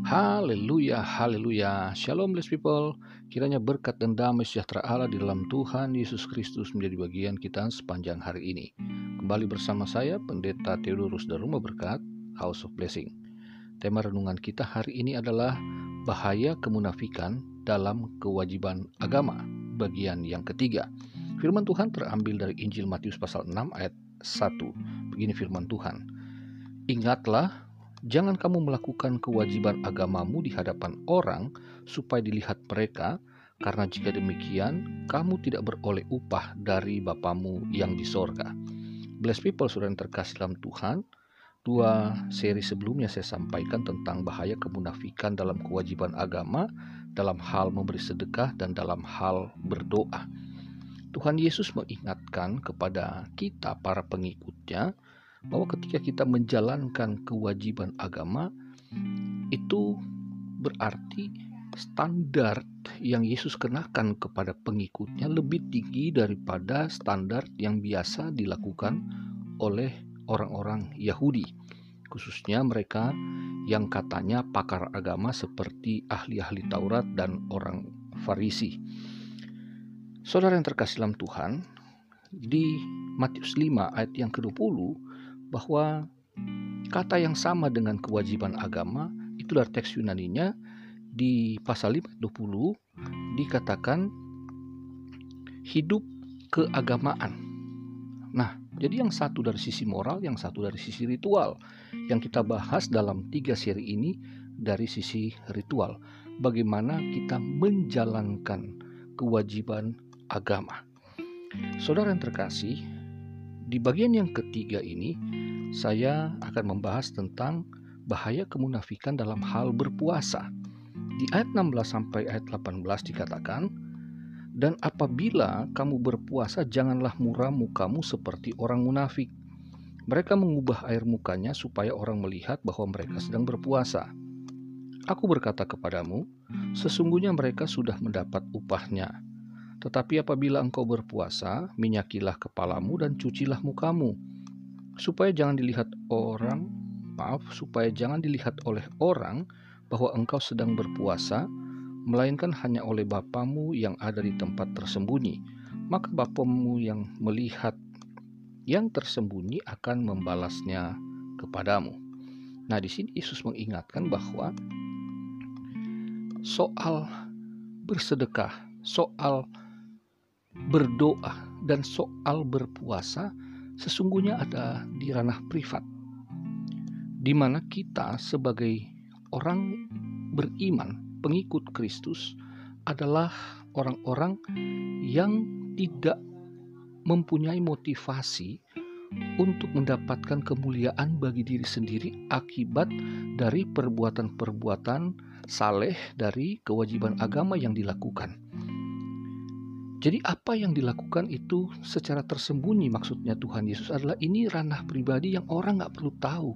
Haleluya, haleluya. Shalom blessed people. Kiranya berkat dan damai sejahtera Allah di dalam Tuhan Yesus Kristus menjadi bagian kita sepanjang hari ini. Kembali bersama saya, Pendeta Theodorus dari Rumah Berkat, House of Blessing. Tema renungan kita hari ini adalah bahaya kemunafikan dalam kewajiban agama, bagian yang ketiga. Firman Tuhan terambil dari Injil Matius pasal 6 ayat 1. Begini firman Tuhan. Ingatlah, jangan kamu melakukan kewajiban agamamu di hadapan orang supaya dilihat mereka, karena jika demikian, kamu tidak beroleh upah dari Bapamu yang di sorga. Blessed people, saudara yang terkasih dalam Tuhan, 2 seri sebelumnya saya sampaikan tentang bahaya kemunafikan dalam kewajiban agama, dalam hal memberi sedekah dan dalam hal berdoa. Tuhan Yesus mengingatkan kepada kita, para pengikutnya, bahwa ketika kita menjalankan kewajiban agama, itu berarti standar yang Yesus kenakan kepada pengikutnya lebih tinggi daripada standar yang biasa dilakukan oleh orang-orang Yahudi, khususnya mereka yang katanya pakar agama seperti ahli-ahli Taurat dan orang Farisi. Saudara yang terkasih dalam Tuhan, di Matius 5 ayat yang ke-20, bahwa kata yang sama dengan kewajiban agama, itu dari teks Yunaninya, di pasal 5 ayat 20 dikatakan hidup keagamaan. Nah, jadi yang satu dari sisi moral, yang satu dari sisi ritual. Yang kita bahas dalam 3 seri ini dari sisi ritual. Bagaimana kita menjalankan kewajiban agama. Saudara yang terkasih, di bagian yang ketiga ini saya akan membahas tentang bahaya kemunafikan dalam hal berpuasa. Di ayat 16 sampai ayat 18 dikatakan, dan apabila kamu berpuasa, janganlah muram mukamu seperti orang munafik. Mereka mengubah air mukanya supaya orang melihat bahwa mereka sedang berpuasa. Aku berkata kepadamu, sesungguhnya mereka sudah mendapat upahnya. Tetapi apabila engkau berpuasa, minyakilah kepalamu dan cucilah mukamu, supaya jangan dilihat oleh orang bahwa engkau sedang berpuasa, melainkan hanya oleh Bapamu yang ada di tempat tersembunyi. Maka Bapamu yang melihat yang tersembunyi akan membalasnya kepadamu. Nah, di sini Yesus mengingatkan bahwa soal bersedekah, soal berdoa, dan soal berpuasa sesungguhnya ada di ranah privat, di mana kita sebagai orang beriman, pengikut Kristus, adalah orang-orang yang tidak mempunyai motivasi untuk mendapatkan kemuliaan bagi diri sendiri akibat dari perbuatan-perbuatan saleh dari kewajiban agama yang dilakukan. Jadi apa yang dilakukan itu secara tersembunyi, maksudnya Tuhan Yesus adalah ini ranah pribadi yang orang gak perlu tahu.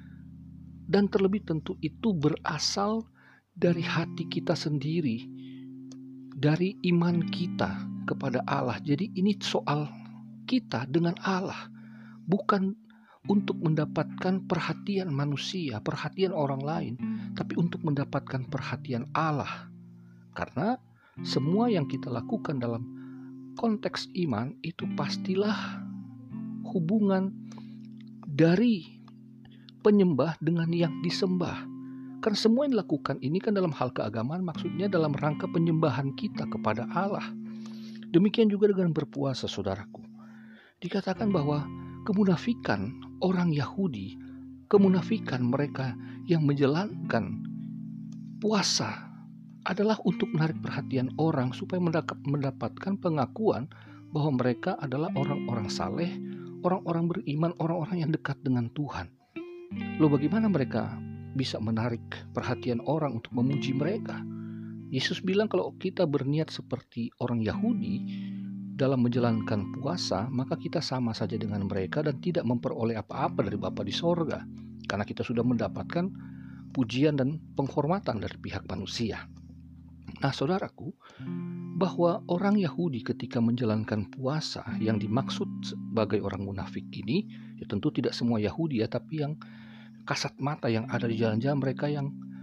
Dan terlebih tentu itu berasal dari hati kita sendiri, dari iman kita kepada Allah. Jadi ini soal kita dengan Allah, bukan untuk mendapatkan perhatian manusia, perhatian orang lain, tapi untuk mendapatkan perhatian Allah. Karena semua yang kita lakukan dalam konteks iman itu pastilah hubungan dari penyembah dengan yang disembah. Karena semua yang dilakukan ini kan dalam hal keagamaan, maksudnya dalam rangka penyembahan kita kepada Allah. Demikian juga dengan berpuasa, saudaraku. Dikatakan bahwa kemunafikan orang Yahudi, kemunafikan mereka yang menjalankan puasa adalah untuk menarik perhatian orang supaya mendapatkan pengakuan bahwa mereka adalah orang-orang saleh, orang-orang beriman, orang-orang yang dekat dengan Tuhan. Lalu bagaimana mereka bisa menarik perhatian orang untuk memuji mereka? Yesus bilang kalau kita berniat seperti orang Yahudi dalam menjalankan puasa, maka kita sama saja dengan mereka dan tidak memperoleh apa-apa dari Bapa di sorga, karena kita sudah mendapatkan pujian dan penghormatan dari pihak manusia. Nah, saudaraku, bahwa orang Yahudi ketika menjalankan puasa, yang dimaksud sebagai orang munafik ini, ya tentu tidak semua Yahudi ya, tapi yang kasat mata yang ada di jalan-jalan, mereka yang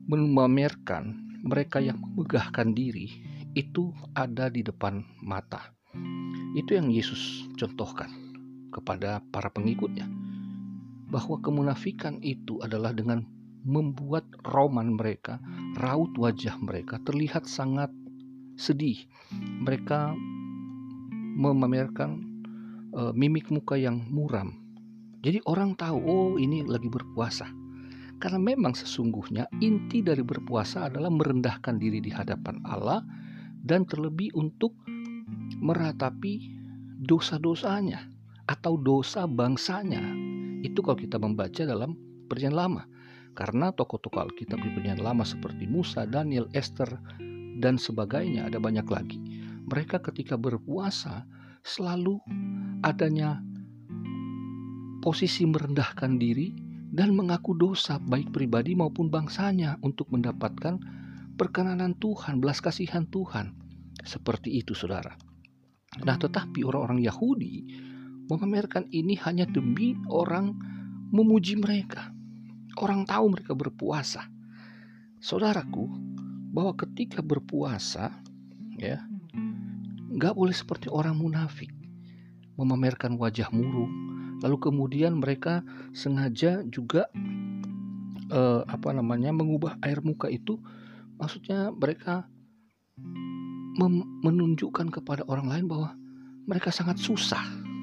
memamerkan, mereka yang memegahkan diri itu ada di depan mata. Itu yang Yesus contohkan kepada para pengikutnya, bahwa kemunafikan itu adalah dengan membuat roman mereka, raut wajah mereka terlihat sangat sedih. Mereka memamerkan mimik muka yang muram. Jadi orang tahu, oh ini lagi berpuasa. Karena memang sesungguhnya inti dari berpuasa adalah merendahkan diri di hadapan Allah dan terlebih untuk meratapi dosa-dosanya atau dosa bangsanya. Itu kalau kita membaca dalam Perjanjian Lama. Karena tokoh-tokoh Alkitab di Perjanjian Lama seperti Musa, Daniel, Esther, dan sebagainya, ada banyak lagi. Mereka ketika berpuasa selalu adanya posisi merendahkan diri dan mengaku dosa baik pribadi maupun bangsanya untuk mendapatkan perkenanan Tuhan, belas kasihan Tuhan. Seperti itu, saudara. Nah, tetapi orang-orang Yahudi memamerkan ini hanya demi orang memuji mereka. Orang tahu mereka berpuasa. Saudaraku, bahwa ketika berpuasa, ya, nggak boleh seperti orang munafik, memamerkan wajah murung, lalu kemudian mereka sengaja juga mengubah air muka itu, maksudnya mereka menunjukkan kepada orang lain bahwa mereka sangat susah,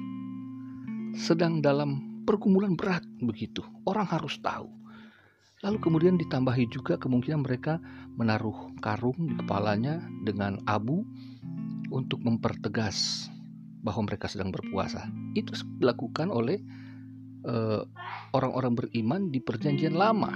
sedang dalam pergumulan berat begitu. Orang harus tahu. Lalu kemudian ditambahi juga kemungkinan mereka menaruh karung di kepalanya dengan abu untuk mempertegas bahwa mereka sedang berpuasa. Itu dilakukan oleh orang-orang beriman di Perjanjian Lama.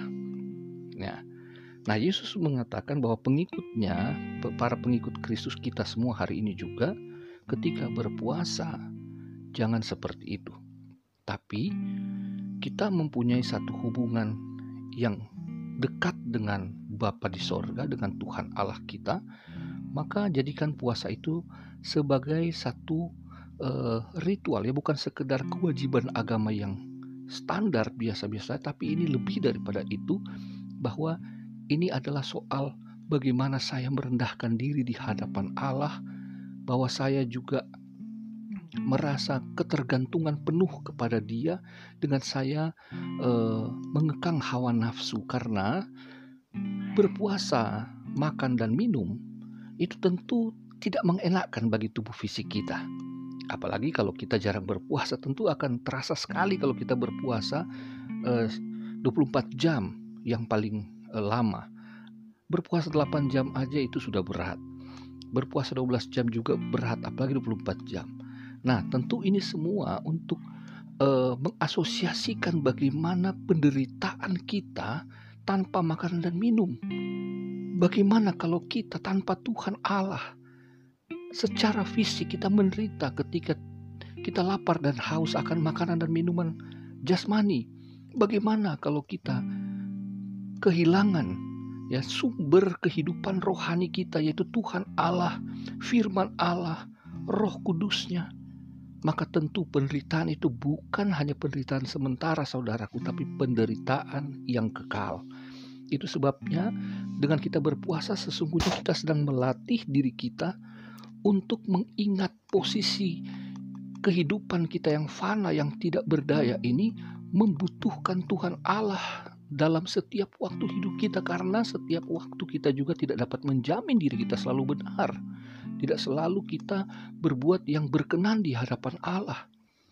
Nah, Yesus mengatakan bahwa pengikutnya, para pengikut Kristus kita semua hari ini juga, ketika berpuasa jangan seperti itu. Tapi kita mempunyai satu hubungan yang dekat dengan Bapa di sorga, dengan Tuhan Allah kita, maka jadikan puasa itu sebagai satu ritual, ya, bukan sekedar kewajiban agama yang standar biasa-biasa, tapi ini lebih daripada itu, bahwa ini adalah soal bagaimana saya merendahkan diri di hadapan Allah, bahwa saya juga merasa ketergantungan penuh kepada Dia dengan saya mengekang hawa nafsu. Karena berpuasa, makan dan minum itu tentu tidak mengenakkan bagi tubuh fisik kita. Apalagi kalau kita jarang berpuasa, tentu akan terasa sekali kalau kita berpuasa 24 jam yang paling lama. Berpuasa 8 jam aja itu sudah berat. Berpuasa 12 jam juga berat, apalagi 24 jam. Nah, tentu ini semua untuk mengasosiasikan bagaimana penderitaan kita tanpa makanan dan minum. Bagaimana kalau kita tanpa Tuhan Allah, secara fisik kita menderita ketika kita lapar dan haus akan makanan dan minuman jasmani. Bagaimana kalau kita kehilangan, ya, sumber kehidupan rohani kita, yaitu Tuhan Allah, firman Allah, Roh Kudusnya. Maka tentu penderitaan itu bukan hanya penderitaan sementara, saudaraku, tapi penderitaan yang kekal. Itu sebabnya dengan kita berpuasa sesungguhnya kita sedang melatih diri kita untuk mengingat posisi kehidupan kita yang fana, yang tidak berdaya ini membutuhkan Tuhan Allah dalam setiap waktu hidup kita. Karena setiap waktu kita juga tidak dapat menjamin diri kita selalu benar. Tidak selalu kita berbuat yang berkenan di hadapan Allah.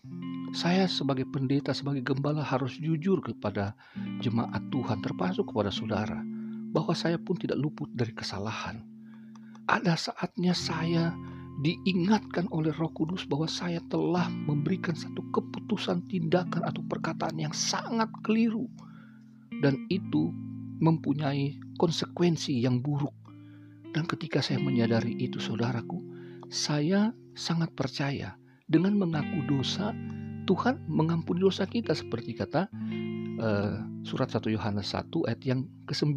Saya sebagai pendeta, sebagai gembala harus jujur kepada jemaat Tuhan, termasuk kepada saudara, bahwa saya pun tidak luput dari kesalahan. Ada saatnya saya diingatkan oleh Roh Kudus bahwa saya telah memberikan satu keputusan, tindakan atau perkataan yang sangat keliru, dan itu mempunyai konsekuensi yang buruk. Dan ketika saya menyadari itu, saudaraku, saya sangat percaya dengan mengaku dosa, Tuhan mengampuni dosa kita, seperti kata surat 1 Yohanes 1 ayat yang ke-9.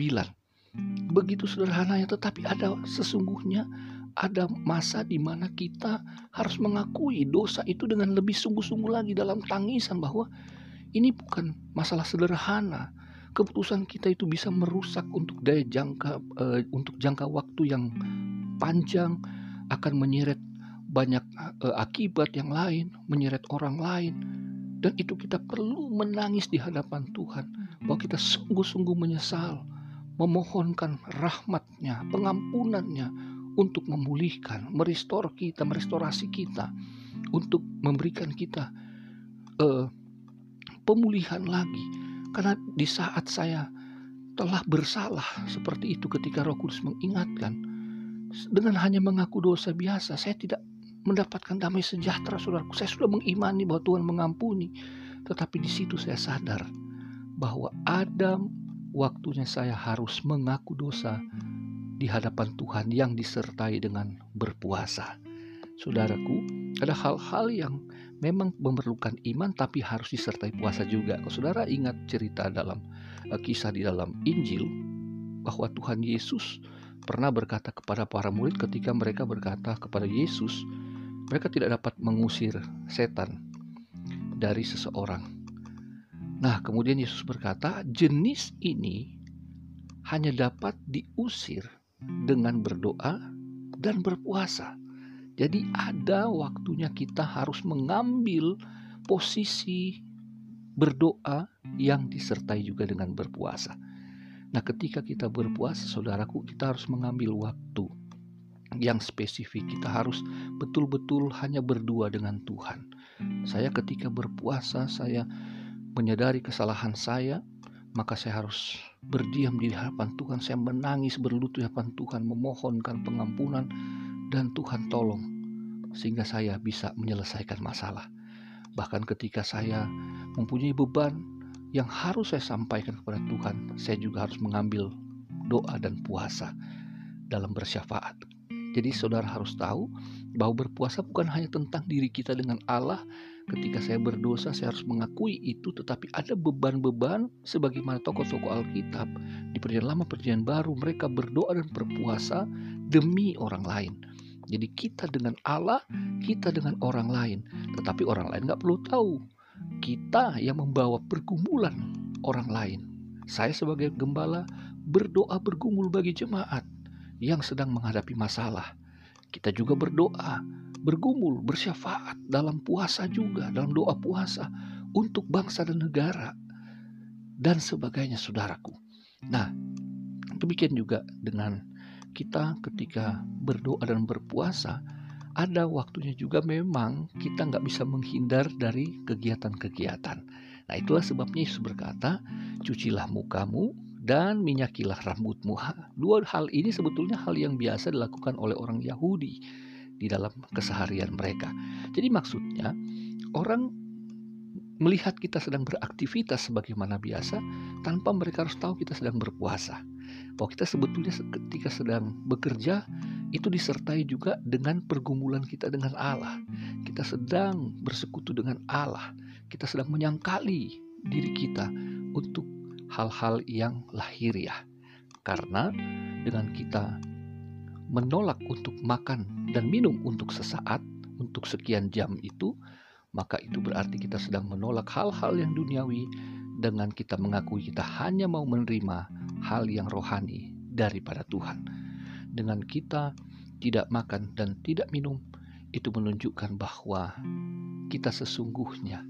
Begitu sederhananya, tetapi sesungguhnya ada masa di mana kita harus mengakui dosa itu dengan lebih sungguh-sungguh lagi dalam tangisan bahwa ini bukan masalah sederhana. Keputusan kita itu bisa merusak untuk untuk jangka waktu yang panjang, akan menyeret banyak akibat yang lain, menyeret orang lain. Dan itu kita perlu menangis di hadapan Tuhan, bahwa kita sungguh-sungguh menyesal, memohonkan rahmat-Nya, pengampunan-Nya untuk memulihkan, merestorasi kita, untuk memberikan kita pemulihan lagi. Karena di saat saya telah bersalah seperti itu, ketika Roh Kudus mengingatkan, dengan hanya mengaku dosa biasa, saya tidak mendapatkan damai sejahtera, saudaraku. Saya sudah mengimani bahwa Tuhan mengampuni, tetapi di situ saya sadar bahwa ada waktunya saya harus mengaku dosa di hadapan Tuhan yang disertai dengan berpuasa. Saudaraku, ada hal-hal yang memang memerlukan iman tapi harus disertai puasa juga. Kalau saudara ingat cerita dalam kisah di dalam Injil, bahwa Tuhan Yesus pernah berkata kepada para murid ketika mereka berkata kepada Yesus, mereka tidak dapat mengusir setan dari seseorang. Nah, kemudian Yesus berkata, jenis ini hanya dapat diusir dengan berdoa dan berpuasa. Jadi ada waktunya kita harus mengambil posisi berdoa yang disertai juga dengan berpuasa. Nah, ketika kita berpuasa, saudaraku, kita harus mengambil waktu yang spesifik. Kita harus betul-betul hanya berdua dengan Tuhan. Saya ketika berpuasa, saya menyadari kesalahan saya, maka saya harus berdiam di hadapan Tuhan. Saya menangis berlutut di hadapan Tuhan, memohonkan pengampunan, dan Tuhan tolong sehingga saya bisa menyelesaikan masalah. Bahkan ketika saya mempunyai beban yang harus saya sampaikan kepada Tuhan, saya juga harus mengambil doa dan puasa dalam bersyafaat. Jadi saudara harus tahu bahwa berpuasa bukan hanya tentang diri kita dengan Allah. Ketika saya berdosa, saya harus mengakui itu, tetapi ada beban-beban sebagaimana tokoh-tokoh Alkitab di Perjanjian Lama, Perjanjian Baru, mereka berdoa dan berpuasa demi orang lain. Jadi kita dengan Allah, kita dengan orang lain, tetapi orang lain gak perlu tahu. Kita yang membawa pergumulan orang lain. Saya sebagai gembala berdoa bergumul bagi jemaat yang sedang menghadapi masalah. Kita juga berdoa, bergumul, bersyafaat dalam puasa juga, dalam doa puasa untuk bangsa dan negara dan sebagainya, saudaraku. Nah, demikian juga dengan kita ketika berdoa dan berpuasa, ada waktunya juga memang kita gak bisa menghindar dari kegiatan-kegiatan. Nah, itulah sebabnya Yesus berkata, cucilah mukamu dan minyakilah rambutmu. Dua hal ini sebetulnya hal yang biasa dilakukan oleh orang Yahudi di dalam keseharian mereka. Jadi maksudnya, orang melihat kita sedang beraktivitas sebagaimana biasa, tanpa mereka harus tahu kita sedang berpuasa. Bahwa kita sebetulnya ketika sedang bekerja, itu disertai juga dengan pergumulan kita dengan Allah. Kita sedang bersekutu dengan Allah. Kita sedang menyangkali diri kita untuk hal-hal yang lahiriah. Karena dengan kita menolak untuk makan dan minum untuk sesaat, untuk sekian jam itu, maka itu berarti kita sedang menolak hal-hal yang duniawi dengan kita mengakui kita hanya mau menerima hal yang rohani daripada Tuhan. Dengan kita tidak makan dan tidak minum, itu menunjukkan bahwa kita sesungguhnya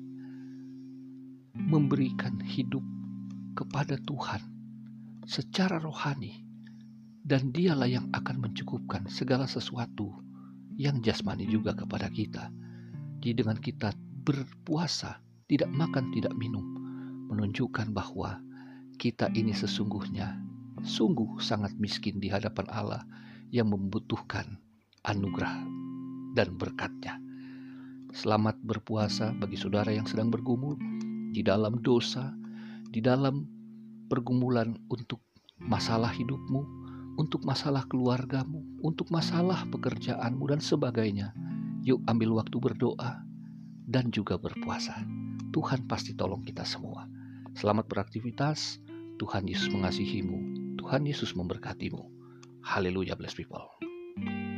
memberikan hidup kepada Tuhan secara rohani, dan Dialah yang akan mencukupkan segala sesuatu yang jasmani juga kepada kita. Jadi dengan kita berpuasa, tidak makan, tidak minum, menunjukkan bahwa kita ini sesungguhnya sungguh sangat miskin di hadapan Allah yang membutuhkan anugerah dan berkat-Nya. Selamat berpuasa bagi saudara yang sedang bergumul di dalam dosa, di dalam pergumulan untuk masalah hidupmu, untuk masalah keluargamu, untuk masalah pekerjaanmu dan sebagainya. Yuk ambil waktu berdoa dan juga berpuasa. Tuhan pasti tolong kita semua. Selamat beraktivitas. Tuhan Yesus mengasihimu. Tuhan Yesus memberkatimu. Haleluya, blessed people.